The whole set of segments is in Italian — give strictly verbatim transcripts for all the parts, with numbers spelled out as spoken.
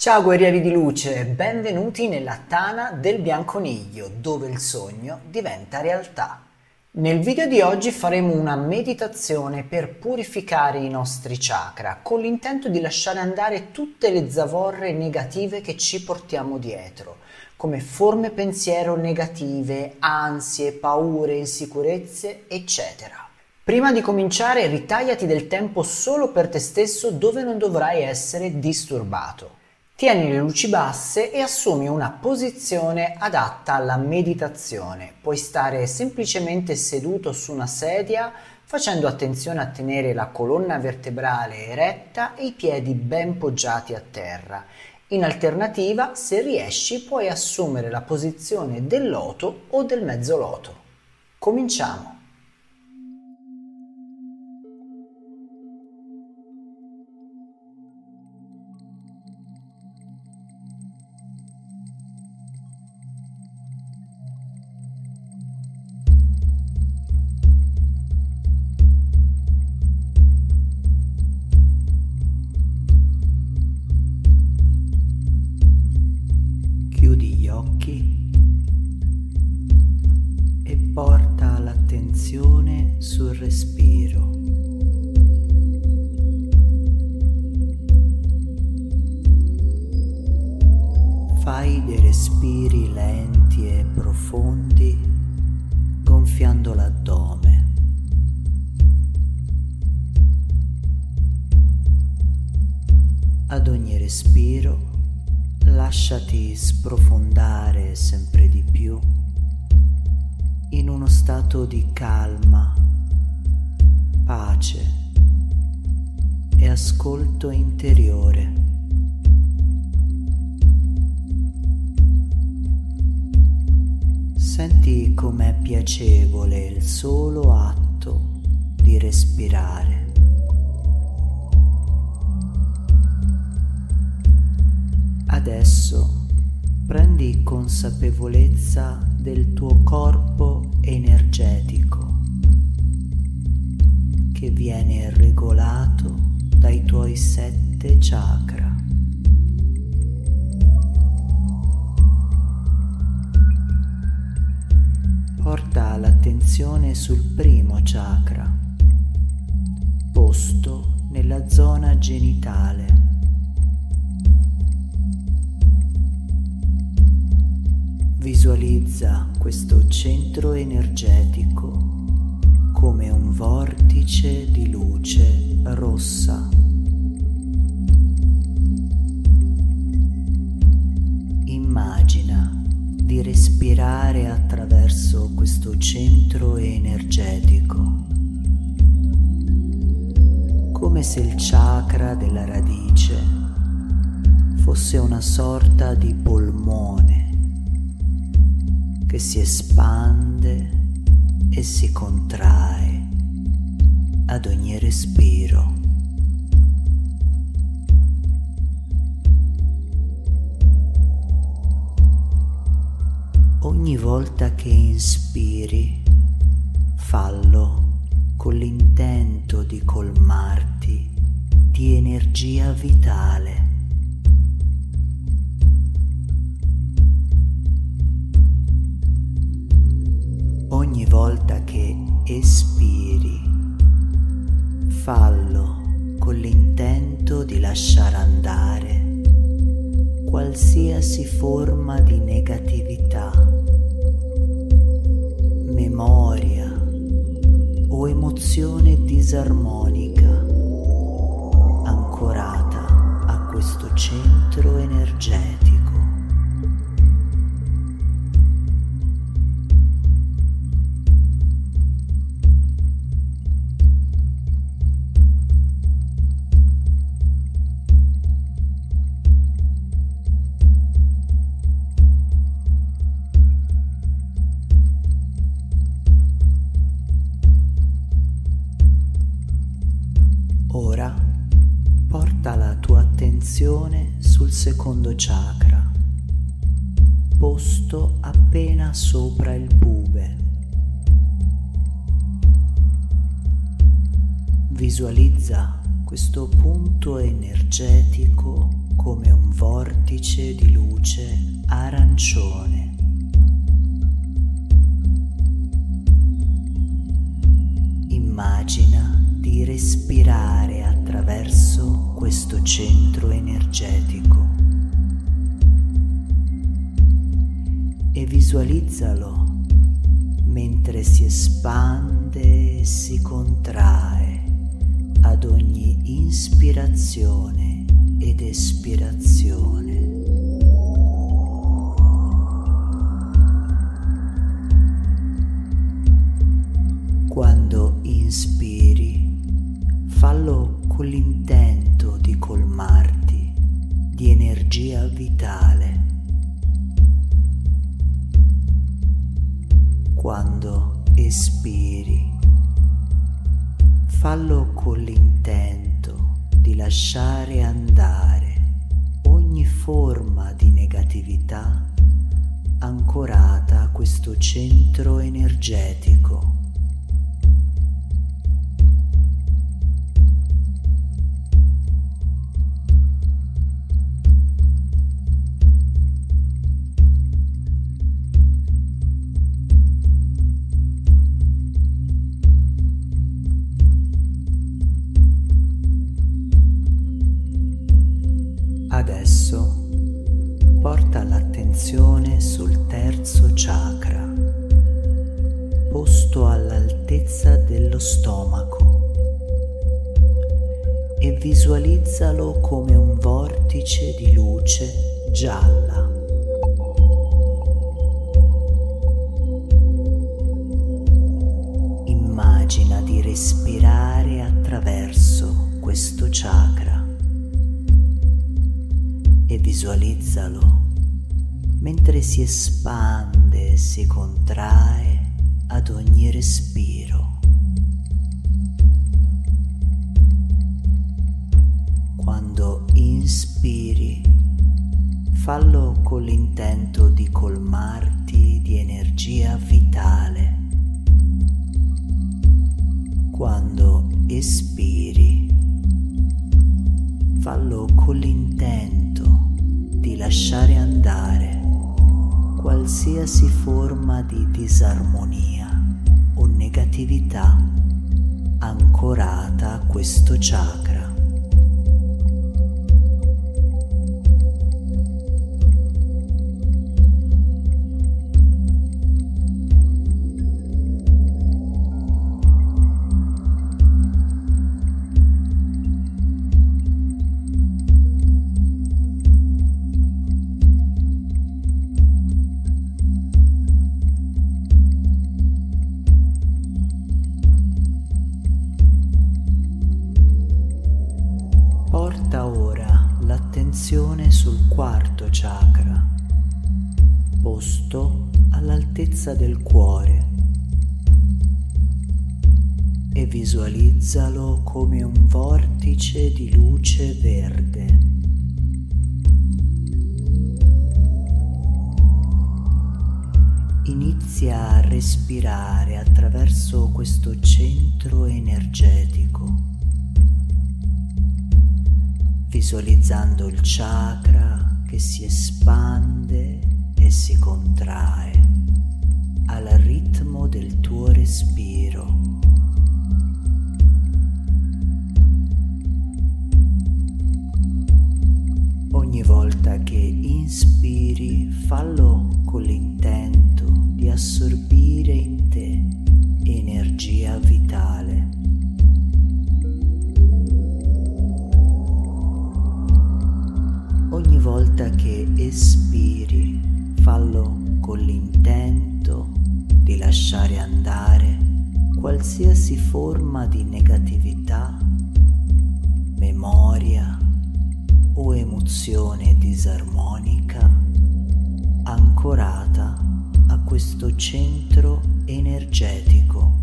Ciao guerrieri di luce, benvenuti nella tana del bianconiglio, dove il sogno diventa realtà. Nel video di oggi faremo una meditazione per purificare i nostri chakra, con l'intento di lasciare andare tutte le zavorre negative che ci portiamo dietro, come forme pensiero negative, ansie, paure, insicurezze, eccetera. Prima di cominciare, ritagliati del tempo solo per te stesso dove non dovrai essere disturbato. Tieni le luci basse e assumi una posizione adatta alla meditazione. Puoi stare semplicemente seduto su una sedia, facendo attenzione a tenere la colonna vertebrale eretta e i piedi ben poggiati a terra. In alternativa, se riesci, puoi assumere la posizione del loto o del mezzo loto. Cominciamo! Chiudi gli occhi e porta l'attenzione sul respiro. Fai dei respiri lenti e profondi, gonfiando l'addome. Ad ogni respiro lasciati sprofondare sempre di più in uno stato di calma, pace e ascolto interiore. Senti com'è piacevole il solo atto di respirare. Adesso prendi consapevolezza del tuo corpo energetico che viene regolato dai tuoi sette chakra. Porta l'attenzione sul primo chakra, posto nella zona genitale. Visualizza questo centro energetico come un vortice di luce rossa. Immagina di respirare attraverso questo centro energetico, come se il chakra della radice fosse una sorta di polmone che si espande e si contrae ad ogni respiro. Ogni volta che inspiri, fallo con l'intento di colmarti di energia vitale. Ogni volta che espiri, fallo con l'intento di lasciare andare qualsiasi forma di negatività, memoria o emozione disarmonica ancorata a questo centro energetico. Ora porta la tua attenzione sul secondo chakra, posto appena sopra il pube. Visualizza questo punto energetico come un vortice di luce arancione. Immagina di respirare attraverso questo centro energetico e visualizzalo mentre si espande e si contrae ad ogni ispirazione ed espirazione. Quando inspiri, fallo con l'intento di colmarti di energia vitale. Quando espiri, fallo con l'intento di lasciare andare ogni forma di negatività ancorata a questo centro energetico. Adesso porta l'attenzione sul terzo chakra, posto all'altezza dello stomaco, e visualizzalo come un vortice di luce gialla. Immagina di respirare attraverso questo chakra e visualizzalo mentre si espande e si contrae ad ogni respiro. Quando inspiri, fallo con l'intento di colmarti di energia vitale. Quando espiri, fallo con l'intento di lasciare andare qualsiasi forma di disarmonia o negatività ancorata a questo chakra. Porta ora l'attenzione sul quarto chakra, posto all'altezza del cuore, e visualizzalo come un vortice di luce verde. Inizia a respirare attraverso questo centro energetico, visualizzando il chakra che si espande e si contrae al ritmo del tuo respiro. Ogni volta che inspiri, fallo con l'intento di assorbire in te energia vitale. Ogni volta che espiri, fallo con l'intento di lasciare andare qualsiasi forma di negatività, memoria o emozione disarmonica ancorata a questo centro energetico.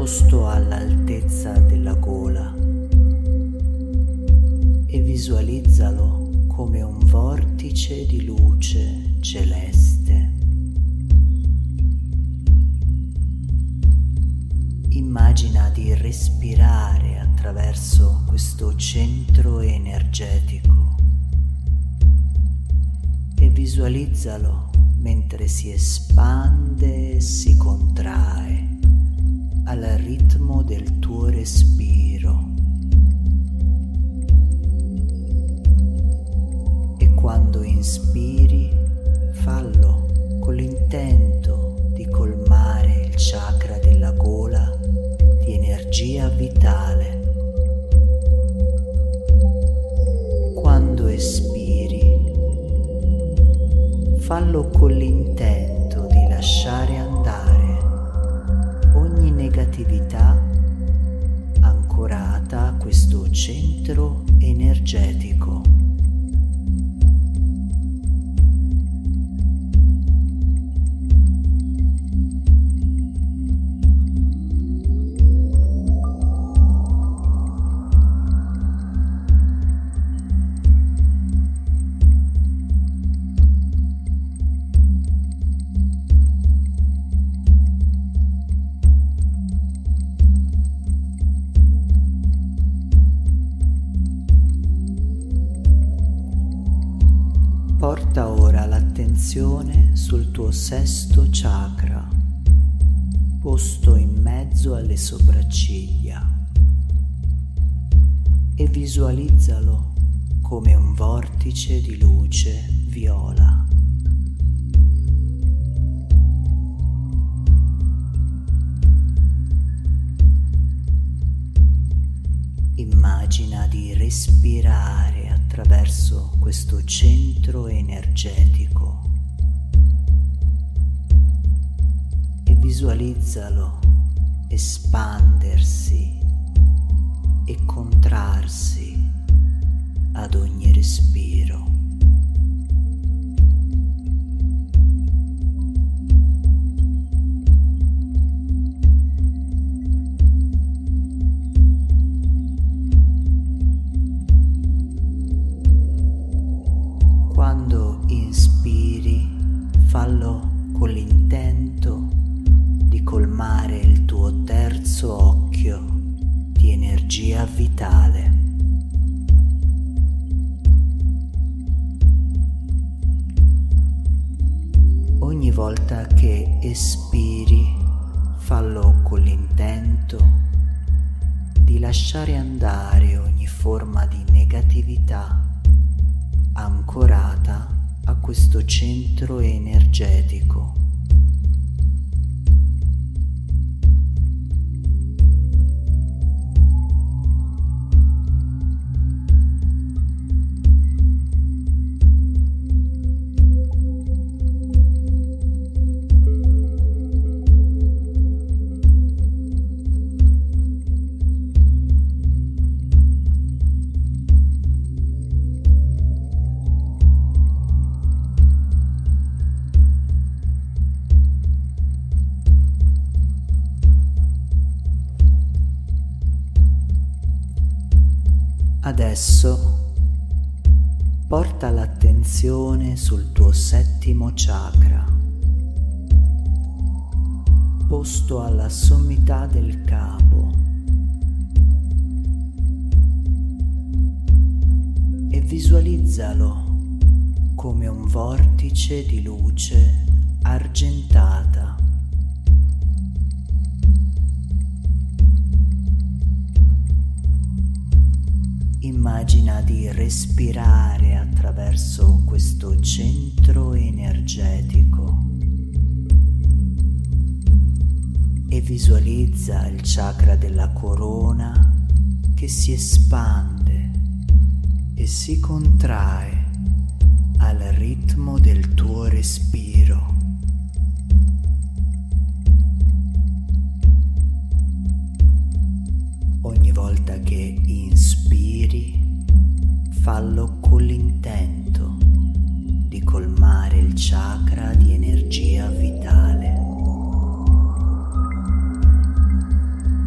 posto all'altezza della gola, e visualizzalo come un vortice di luce celeste. Immagina di respirare attraverso questo centro energetico e visualizzalo mentre si espande e si contrae al ritmo del tuo respiro. E quando inspiri, fallo con l'intento di colmare il chakra della gola di energia vitale. Quando espiri, fallo con l'intento di lasciare andare ogni negatività ancorata a questo centro energetico. Porta ora l'attenzione sul tuo sesto chakra, posto in mezzo alle sopracciglia, e visualizzalo come un vortice di luce viola. Immagina di respirare attraverso questo centro energetico e visualizzalo espandersi e contrarsi ad ogni respiro. Quando inspiri, fallo con l'intento di colmare il tuo terzo occhio di energia vitale. Ogni volta che espiri, fallo con l'intento di lasciare andare ogni forma di negatività ancorata a questo centro energetico. Adesso porta l'attenzione sul tuo settimo chakra, posto alla sommità del capo, e visualizzalo come un vortice di luce argentata. Immagina di respirare attraverso questo centro energetico e visualizza il chakra della corona che si espande e si contrae al ritmo del tuo respiro. Ogni volta che inspiri, fallo con l'intento di colmare il chakra di energia vitale.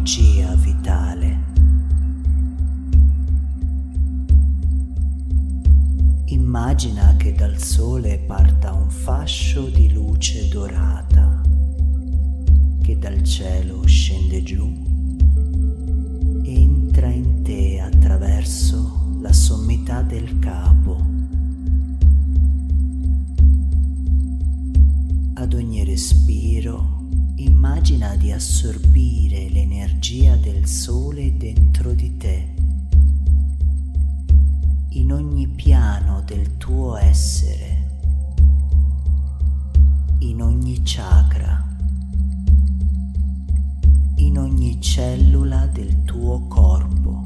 energia vitale. Immagina che dal sole parta un fascio di luce dorata che dal cielo scende giù, entra in te attraverso la sommità del capo. Ad ogni respiro immagina di assorbire l'energia del sole dentro di te, in ogni piano del tuo essere, in ogni chakra, in ogni cellula del tuo corpo.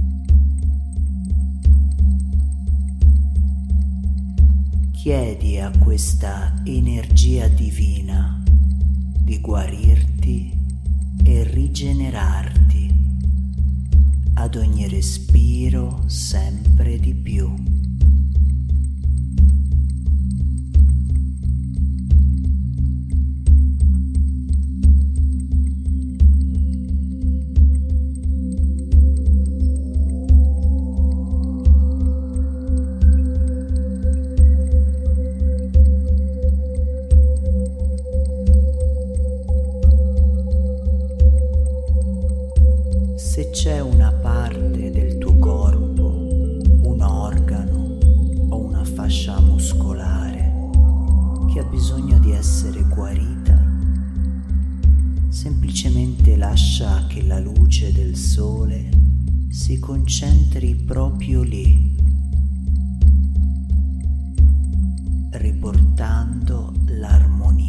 Chiedi a questa energia divina di guarirti e rigenerarti ad ogni respiro sempre di più. Se c'è una parte del tuo corpo, un organo o una fascia muscolare che ha bisogno di essere guarita, semplicemente lascia che la luce del sole si concentri proprio lì, riportando l'armonia.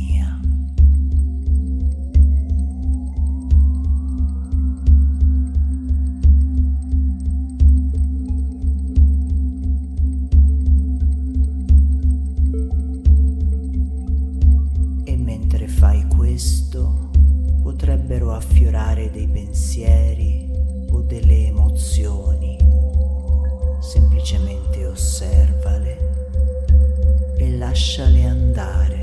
Fai questo, potrebbero affiorare dei pensieri o delle emozioni. Semplicemente osservale e lasciale andare.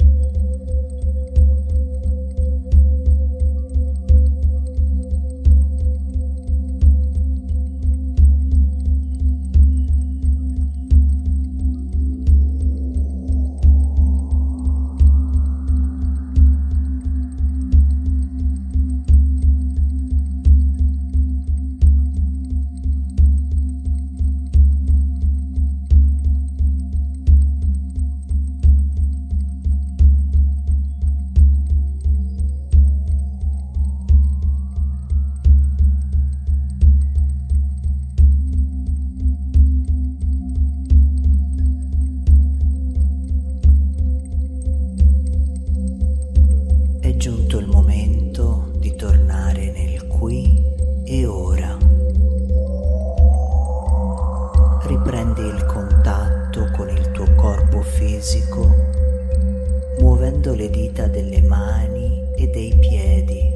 È giunto il momento di tornare nel qui e ora. Riprendi il contatto con il tuo corpo fisico, muovendo le dita delle mani e dei piedi.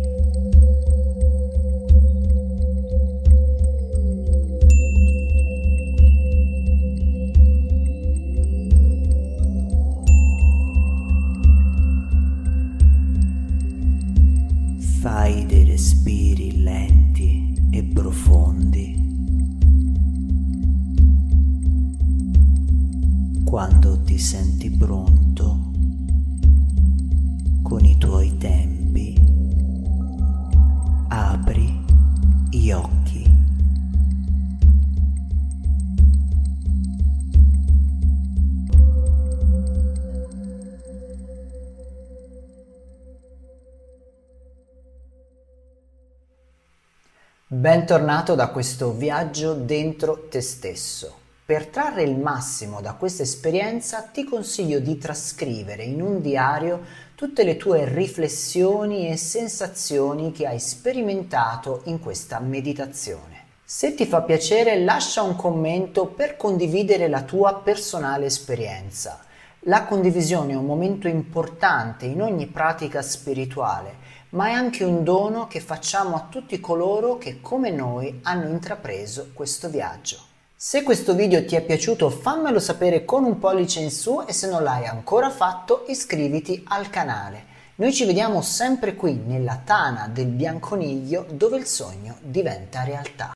Fai dei respiri lenti e profondi. Quando ti senti pronto, con i tuoi tempi, apri gli occhi. Bentornato da questo viaggio dentro te stesso. Per trarre il massimo da questa esperienza ti consiglio di trascrivere in un diario tutte le tue riflessioni e sensazioni che hai sperimentato in questa meditazione. Se ti fa piacere, lascia un commento per condividere la tua personale esperienza. La condivisione è un momento importante in ogni pratica spirituale, ma è anche un dono che facciamo a tutti coloro che come noi hanno intrapreso questo viaggio. Se questo video ti è piaciuto, fammelo sapere con un pollice in su e se non l'hai ancora fatto iscriviti al canale. Noi ci vediamo sempre qui nella tana del bianconiglio dove il sogno diventa realtà.